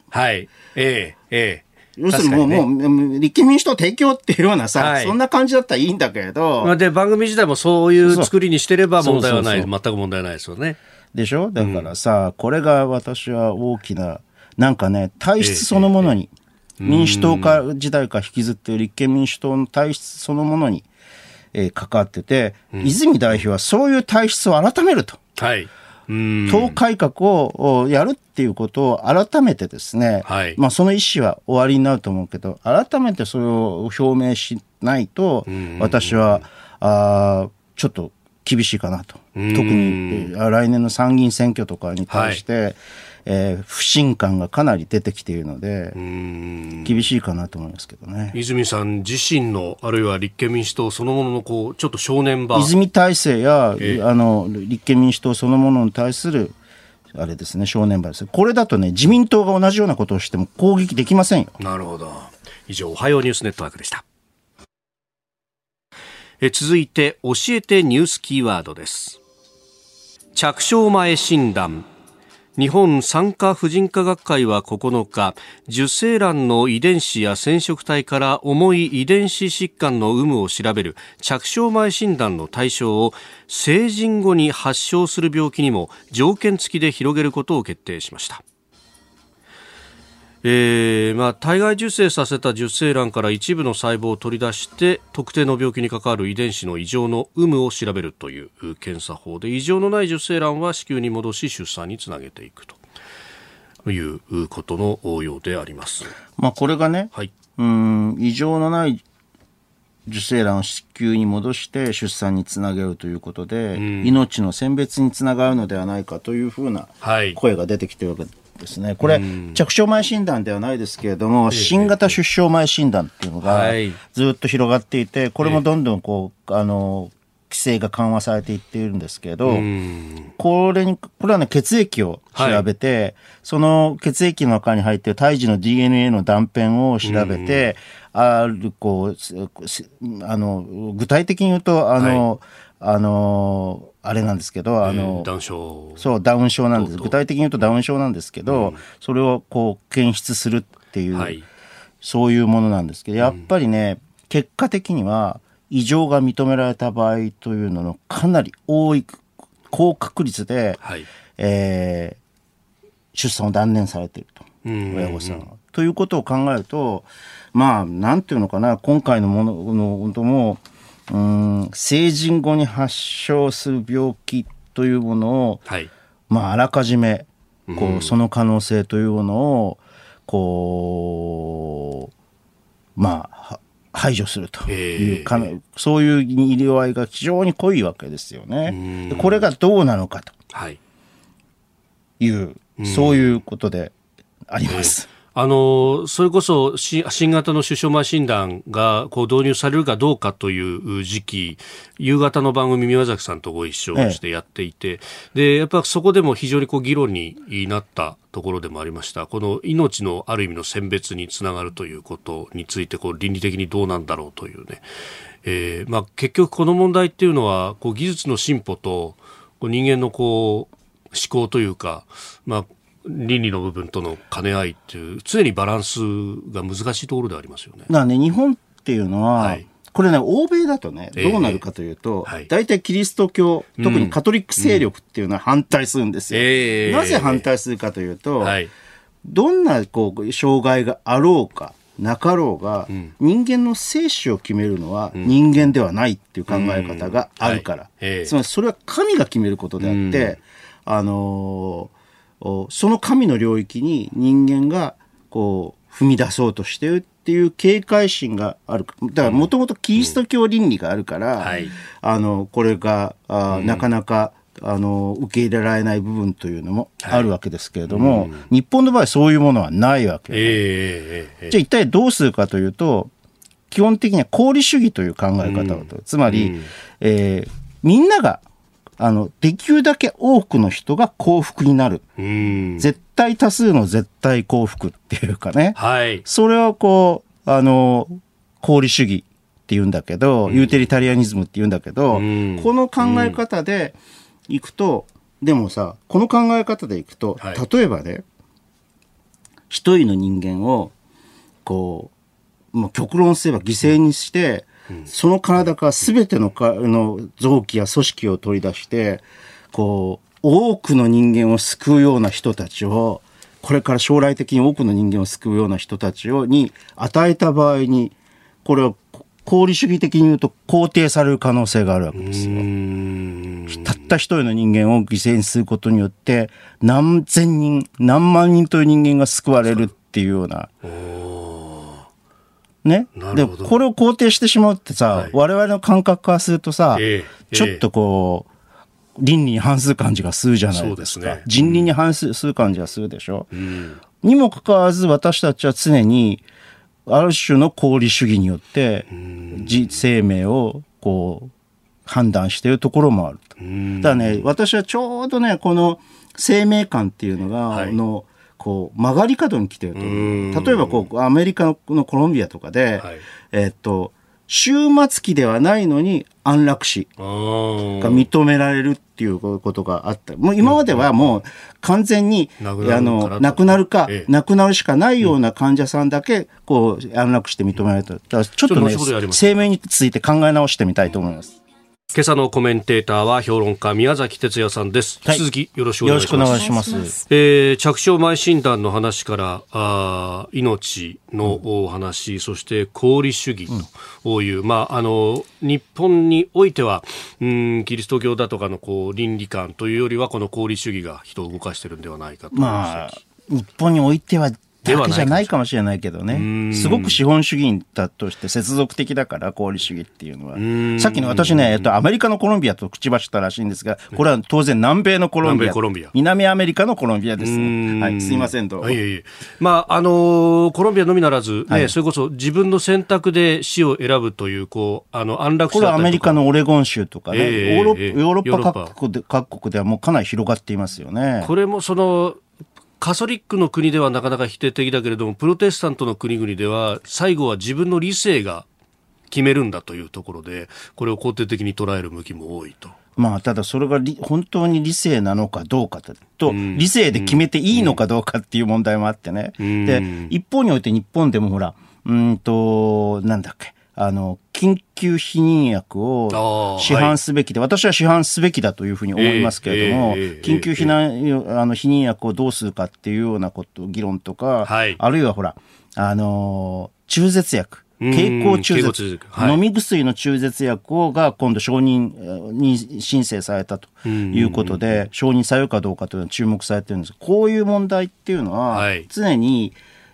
要するにもう立憲民主党提供っていうようなさ、そんな感じだったらいいんだけど。 で、番組自体もそういう作りにしてれば問題はない。全く問題ないですよね。 でしょ？だからさ、これが私は大きな、なんかね、体質そのものに、民主党時代から引きずっている立憲民主党の体質そのものに、関わってて、泉代表はそういう体質を改めると。党改革をやるっていうことを改めてですね、まあその意思は終わりになると思うけど、改めてそれを表明しないと、私はちょっと厳しいかなと。特に来年の参議院選挙とかに対して、不信感がかなり出てきているので、厳しいかなと思いますけどね。 泉さん自身の、あるいは立憲民主党そのもののこうちょっと正念場、 泉体制や、立憲民主党そのものに対するあれですね、正念場です。これだとね、自民党が同じようなことをしても攻撃できませんよ。 なるほど。以上、おはようニュースネットワークでした。続いて教えてニュースキーワードです。着床前診断。日本産科婦人科学会は9日、受精卵の遺伝子や染色体から重い遺伝子疾患の有無を調べる着床前診断の対象を成人後に発症する病気にも条件付きで広げることを決定しました。体外受精させた受精卵から一部の細胞を取り出して特定の病気に関わる遺伝子の異常の有無を調べるという検査法で、異常のない受精卵は子宮に戻し出産につなげていくということのようであります。 まあ、これがね、異常のない受精卵を子宮に戻して出産につなげるということで、命の選別につながるのではないかというふうな声が出てきているわけですね。これ、着床前診断ではないですけれども、新型出生前診断っていうのがずっと広がっていて、これもどんどんこう規制が緩和されていっているんですけれど、これはね、血液を調べて、その血液の中に入っている胎児の DNA の断片を調べて、具体的に言うとあれなんですけど、 ダウン症。 そう、ダウン症なんです。具体的に言うとダウン症なんですけど、それをこう検出するっていう、そういうものなんですけど、やっぱりね、結果的には異常が認められた場合というののかなり高確率で、出産を断念されていると、親御さんは。ということを考えると、まあ、なんていうのかな、今回のものも、成人後に発症する病気というものを、まあ、あらかじめその可能性というものをこう排除するというそういう色合いが非常に濃いわけですよね。でこれがどうなのかという、そういうことであります。 それこそ新型の出生前診断が導入されるかどうかという時期、夕方の番組宮崎さんとご一緒してやっていて、でやっぱそこでも非常に議論になったところでもありました。この命のある意味の選別につながるということについて倫理的にどうなんだろうというね、結局この問題っていうのは技術の進歩と人間の思考というか、倫理の部分との兼ね合いっていう常にバランスが難しいところでありますよね。 だからね、日本っていうのは、これね、欧米だとね、どうなるかというと、大体キリスト教、特にカトリック勢力っていうのは反対するんですよ。なぜ反対するかというと、どんな障害があろうかなかろうが、人間の生死を決めるのは人間ではないっていう考え方があるから、つまりそれは神が決めることであって、その神の領域に人間が踏み出そうとしているっていう警戒心がある。だからもともとキリスト教倫理があるから、これがなかなか受け入れられない部分というのもあるわけですけれども、日本の場合そういうものはないわけ、じゃあ一体どうするかというと、基本的には功利主義という考え方をと、つまり、みんなができるだけ多くの人が幸福になる。絶対多数の絶対幸福っていうかね。それを功利主義って言うんだけど、ユーテリタリアニズムって言うんだけど、この考え方でいくと、でもさ、この考え方でいくと、例えばね、一人の人間を、もう極論すれば犠牲にして、その体から全ての臓器や組織を取り出して多くの人間を救うような人たちを、これから将来的に多くの人間を救うような人たちに与えた場合に、これを功利主義的に言うと肯定される可能性があるわけですよ。たった一人の人間を犠牲にすることによって何千人何万人という人間が救われるっていうようなね、でこれを肯定してしまうってさ、我々の感覚からするとさ、ちょっと倫理に反する感じがするじゃないですか。人倫に反する感じがするでしょ。にもかかわらず私たちは常にある種の功利主義によって生命を判断しているところもあると。だからね、私はちょうどね、この生命観っていうのが、曲がり角に来てると。例えばアメリカのコロンビアとかで、終末期ではないのに安楽死が認められるっていうことがあった。もう今まではもう完全に亡くなるか、亡くなるしかないような患者さんだけ安楽して認められた。だからちょっとね、生命について考え直してみたいと思います。 今朝のコメンテーターは評論家宮崎哲也さんです。引き続きよろしくお願いします。よろしくお願いします。着床前診断の話から命のお話、そして功利主義という、日本においてはキリスト教だとかの倫理観というよりはこの功利主義が人を動かしているんではないかと。 日本においてはだけじゃないかもしれないけどね、すごく資本主義だとして接続的だから、功利主義っていうのは。さっきの私ね、アメリカのコロンビアと口走ったらしいんですが、これは当然南米のコロンビア、南アメリカのコロンビアですね。はい、すいませんと。 コロンビアのみならず、それこそ自分の選択で死を選ぶという安楽死だったりとか、 これはアメリカのオレゴン州とかね、ヨーロッパ各国ではもうかなり広がっていますよね。 これもカソリックの国ではなかなか否定的だけれども、プロテスタントの国々では最後は自分の理性が決めるんだというところで、これを肯定的に捉える向きも多いと。 ただそれが本当に理性なのかどうかと、理性で決めていいのかどうかっていう問題もあってね。で、一方において日本でもほら、なんだっけ、緊急避妊薬を市販すべきで、私は市販すべきだというふうに思いますけれども、緊急避妊薬をどうするかっていうような議論とか、あるいはほら、中絶薬、経口中絶、飲み薬の中絶薬が今度承認に申請されたということで、承認されるかどうかというのは注目されてるんです。こういう問題っていうのは、常に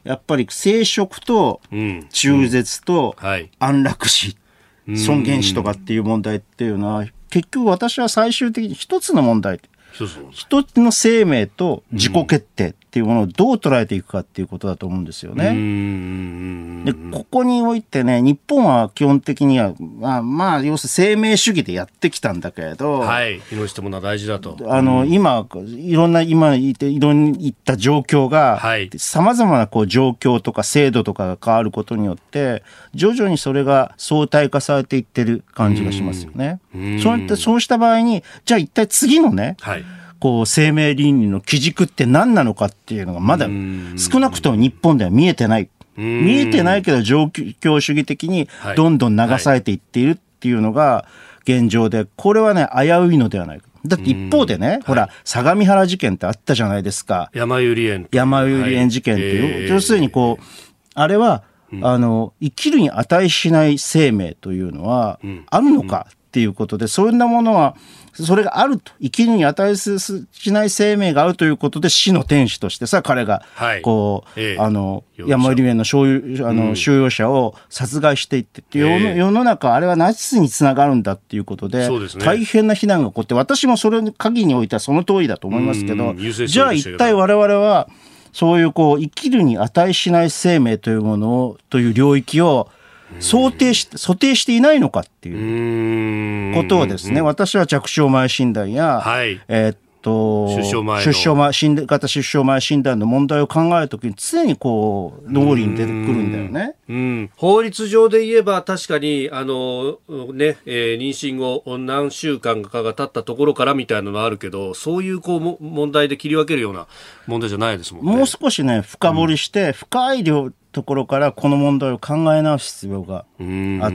やっぱり生殖と中絶と安楽死、尊厳死とかっていう問題っていうのは、結局私は最終的に一つの問題、一つの生命と自己決定っていうものをどう捉えていくかっていうことだと思うんですよね。で、ここにおいてね、日本は基本的には、まあ、要するに生命主義でやってきたんだけれど、 はい、命ってものは大事だと。 今、今言った状況が、様々なこう状況とか制度とかが変わることによって、徐々にそれが相対化されていってる感じがしますよね。そうした場合に、じゃあ一体次のね、こう生命倫理の基軸って何なのかっていうのがまだ少なくとも日本では見えてない。見えてないけど状況主義的にどんどん流されていっているっていうのが現状で、これはね、危ういのではないか。だって一方でね、ほら、相模原事件ってあったじゃないですか。 山百合園事件っていう。要するにこう、あれは、生きるに値しない生命というのはあるのかっていうことで、そんなものは、それがあると、生きるに値しない生命があるということで、死の天使としてさ、彼が、こう、山百合園の収容者を殺害していってっていう、世の中、あれはナチスにつながるんだっていうことで、大変な非難が起こって、私もそれに限りにおいてはその通りだと思いますけど、じゃあ一体我々は、そういうこう、生きるに値しない生命というものを、という領域を、想定していないのかっていうことをですね、私は着床前診断や、出生前診断の問題を考えるときに常にこう脳裏に出てくるんだよね。 法律上で言えば確かに妊娠後何週間かが経ったところからみたいなのがあるけど、そういうこう問題で切り分けるような問題じゃないですもんね。 もう少しね、深掘りして、深いところからこの問題を考え直す必要があって、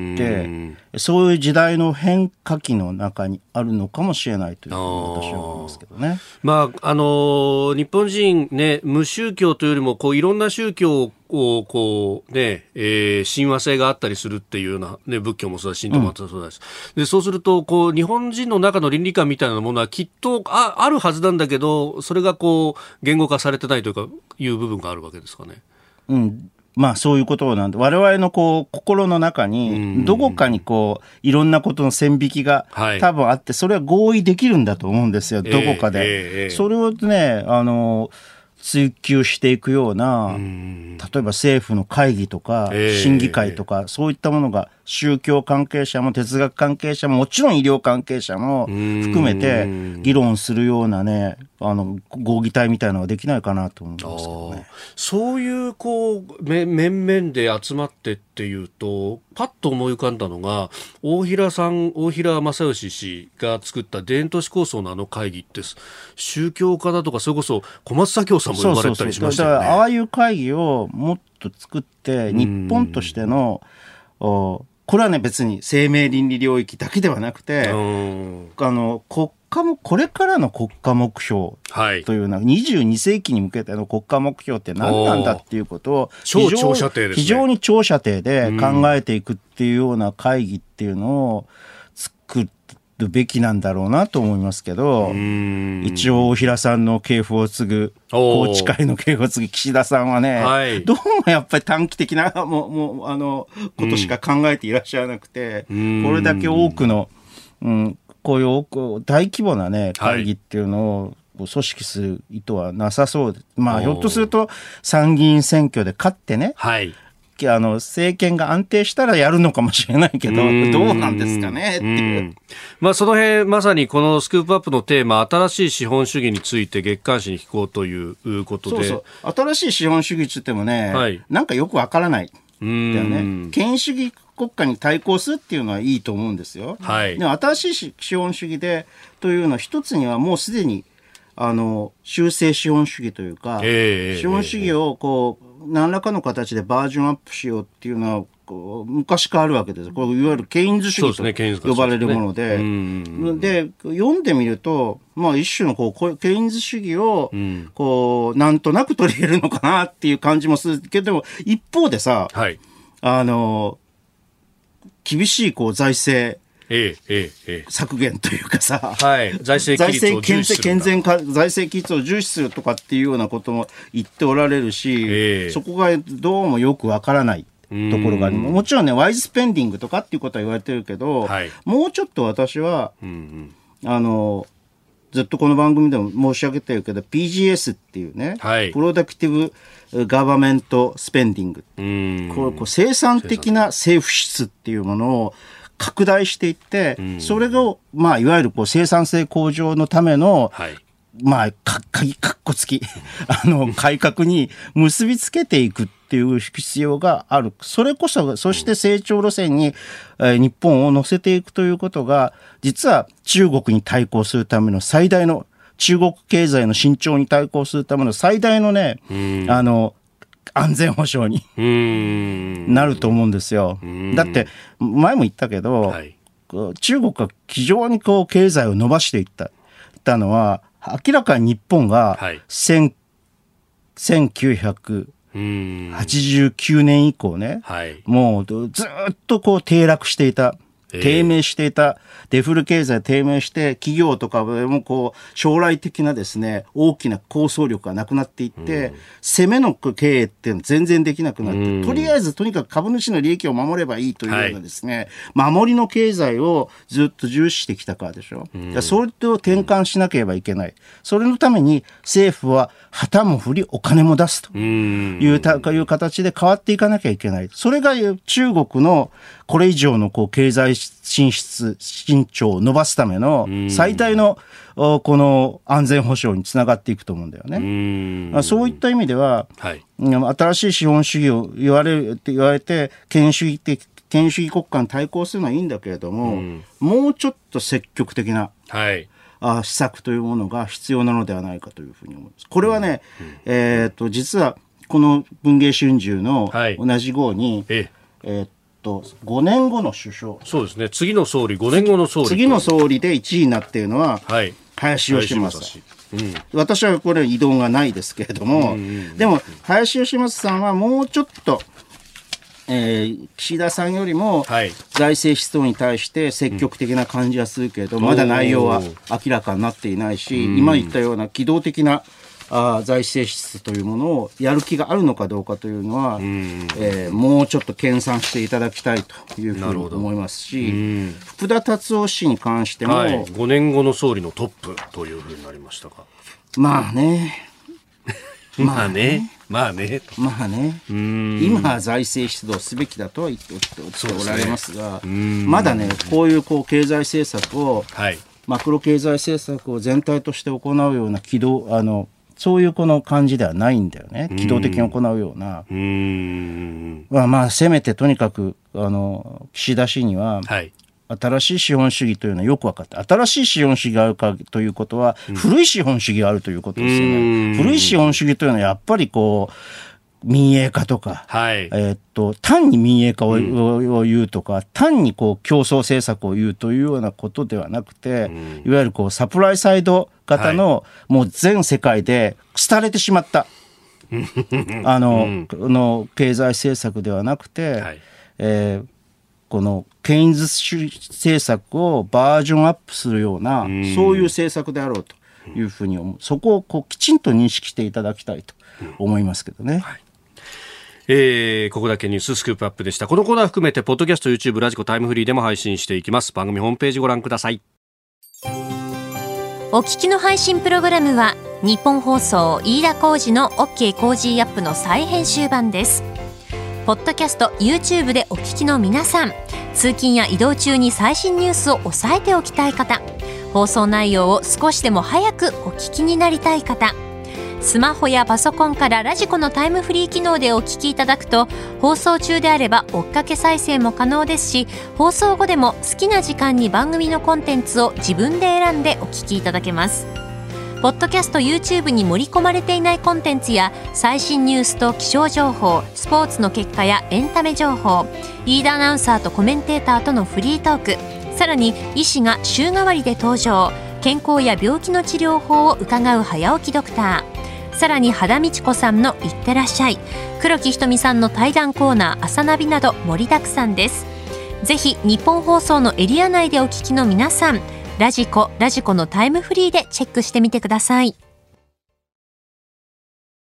そういう時代の変化期の中にあるのかもしれないというふうに私は思いますけどね。 まあ日本人ね、無宗教というよりもこういろんな宗教をこうね、親和性があったりするっていうような、ね、仏教もそうだし神道もそうだし、でそうするとこう日本人の中の倫理観みたいなものはきっとあるはずなんだけど、それがこう言語化されてないという部分があるわけですかね。 まあそういうことなんで、我々のこう心の中にどこかにこういろんなことの線引きが多分あって、それは合意できるんだと思うんですよ、どこかで。それをね、追求していくような、例えば政府の会議とか審議会とか、そういったものが宗教関係者も哲学関係者ももちろん医療関係者も含めて議論するようなね、合議体みたいなのができないかなと思うんですけどね。 そういうこう面々で集まってっていうと、パッと思い浮かんだのが大平正義氏が作った田園都市構想の会議って、宗教家だとかそれこそ小松左京さんも呼ばれたりしましたよね。 だからああいう会議をもっと作って、日本としてのこれはね、別に生命倫理領域だけではなくて、国家もこれからの国家目標というのは、22世紀に向けての国家目標って何なんだっていうことを非常に長射程で考えていくっていうような会議っていうのを作るべきなんだろうなと思いますけど、一応大平さんの系譜を継ぐ、宏池会の系譜を継ぐ岸田さんはね、どうもやっぱり短期的なことしか考えていらっしゃらなくて、これだけ多くの、こういう大規模なね、会議っていうのを組織する意図はなさそうで、まあひょっとすると参議院選挙で勝ってね、政権が安定したらやるのかもしれないけど、どうなんですかねっていう。 まあその辺まさにこのスクープアップのテーマ、新しい資本主義について月刊誌に聞こうということで。 新しい資本主義って言ってもね、なんかよくわからない。だよね。権威主義国家に対抗するっていうのはいいと思うんですよ。でも新しい資本主義でというのは一つにはもうすでに修正資本主義というか、資本主義をこう何らかの形でバージョンアップしようっていうのはこう昔からあるわけです。これいわゆるケインズ主義と呼ばれるもので、で読んでみると、まあ一種のこうケインズ主義をこうなんとなく取り入れるのかなっていう感じもするけど、一方でさ、厳しいこう財政削減というかさ、 はい、財政規律を重視するんだ、 財政規律を重視するとかっていうようなことも言っておられるし、そこがどうもよくわからないところがあります。もちろんね、ワイズスペンディングとかっていうことは言われてるけど、はい、もうちょっと私は、ずっとこの番組でも申し上げてるけど PGS っていうね、はい、プロダクティブガバメントスペンディング、こう生産的な政府支出っていうものを拡大していって、それを、まあ、いわゆるこう生産性向上のための、はい、まあ、かっこつき改革に結びつけていくっていう必要がある。そして成長路線に、日本を乗せていくということが、実は中国に対抗するための最大の、中国経済の伸長に対抗するための最大のね、安全保障になると思うんですよ。だって、前も言ったけど、はい、中国が非常にこう経済を伸ばしていったのは、明らかに日本が1989年以降ね、はい、もうずっとこう低迷していた、デフレ経済低迷して、企業とかでもこう、将来的なですね、大きな構想力がなくなっていって、攻めの経営っていうのは全然できなくなって、とりあえずとにかく株主の利益を守ればいいというようなですね、はい、守りの経済をずっと重視してきたからでしょ。それを転換しなければいけない。それのために政府は旗も振りお金も出すという形で変わっていかなきゃいけない。それが中国のこれ以上のこう経済進長を伸ばすための最大のこの安全保障につながっていくと思うんだよね。そういった意味では、はい、新しい資本主義を言われて権威主義国家に対抗するのはいいんだけれども、もうちょっと積極的な、はい、施策というものが必要なのではないかというふうに思います。これはね、実はこの文藝春秋の同じ号に、5年後の首相、 そうですね、次の総理、5年後の総理、 次の総理で1位になっているのは、はい、林芳正さん、私はこれ異動がないですけれども、でも林芳正さんはもうちょっと、岸田さんよりも財政出動に対して積極的な感じはするけれど、まだ内容は明らかになっていないし、今言ったような機動的な財政支出というものをやる気があるのかどうかというのは、もうちょっと研鑽していただきたいというふうに思いますし、福田達夫氏に関しても、はい、 5年後の総理のトップというふうになりましたか。 まあね今は財政出動すべきだとは言っておられますが、まだねこういう経済政策を、はい、マクロ経済政策を全体として行うようなそういうこの感じではないんだよね。機動的に行うような。まあ、せめてとにかく、岸田氏には、はい、新しい資本主義というのはよく分かって、新しい資本主義があるかということは、古い資本主義があるということですよね。古い資本主義というのはやっぱりこう、民営化とか、はい、単に民営化を言うとか、単にこう競争政策を言うというようなことではなくて、いわゆるこうサプライサイド型の、はい、もう全世界で廃れてしまったの経済政策ではなくて、はい、このケインズ主義政策をバージョンアップするような、そういう政策であろうというふうに思う。そこをこうきちんと認識していただきたいと思いますけどね。はい、 ここだけニューススクープアップでした。このコーナー含めてポッドキャスト、YouTube、ラジコ、タイムフリーでも配信していきます。番組ホームページご覧ください。 お聞きの配信プログラムは日本放送飯田浩司の OK コージーアップの再編集版です。ポッドキャスト YouTube でお聞きの皆さん、通勤や移動中に最新ニュースを押さえておきたい方、放送内容を少しでも早くお聞きになりたい方、スマホやパソコンからラジコのタイムフリー機能でお聞きいただくと、放送中であれば追っかけ再生も可能ですし、放送後でも好きな時間に番組のコンテンツを自分で選んでお聞きいただけます。ポッドキャスト YouTube に盛り込まれていないコンテンツや最新ニュースと気象情報、スポーツの結果やエンタメ情報、飯田アナウンサーとコメンテーターとのフリートーク、さらに医師が週替わりで登場、健康や病気の治療法を伺う早起きドクター、さらに羽田美智子さんのいってらっしゃい、黒木ひとみさんの対談コーナー朝ナビなど盛りだくさんです。 ぜひ日本放送のエリア内でお聞きの皆さん、ラジコのタイムフリーでチェックしてみてください。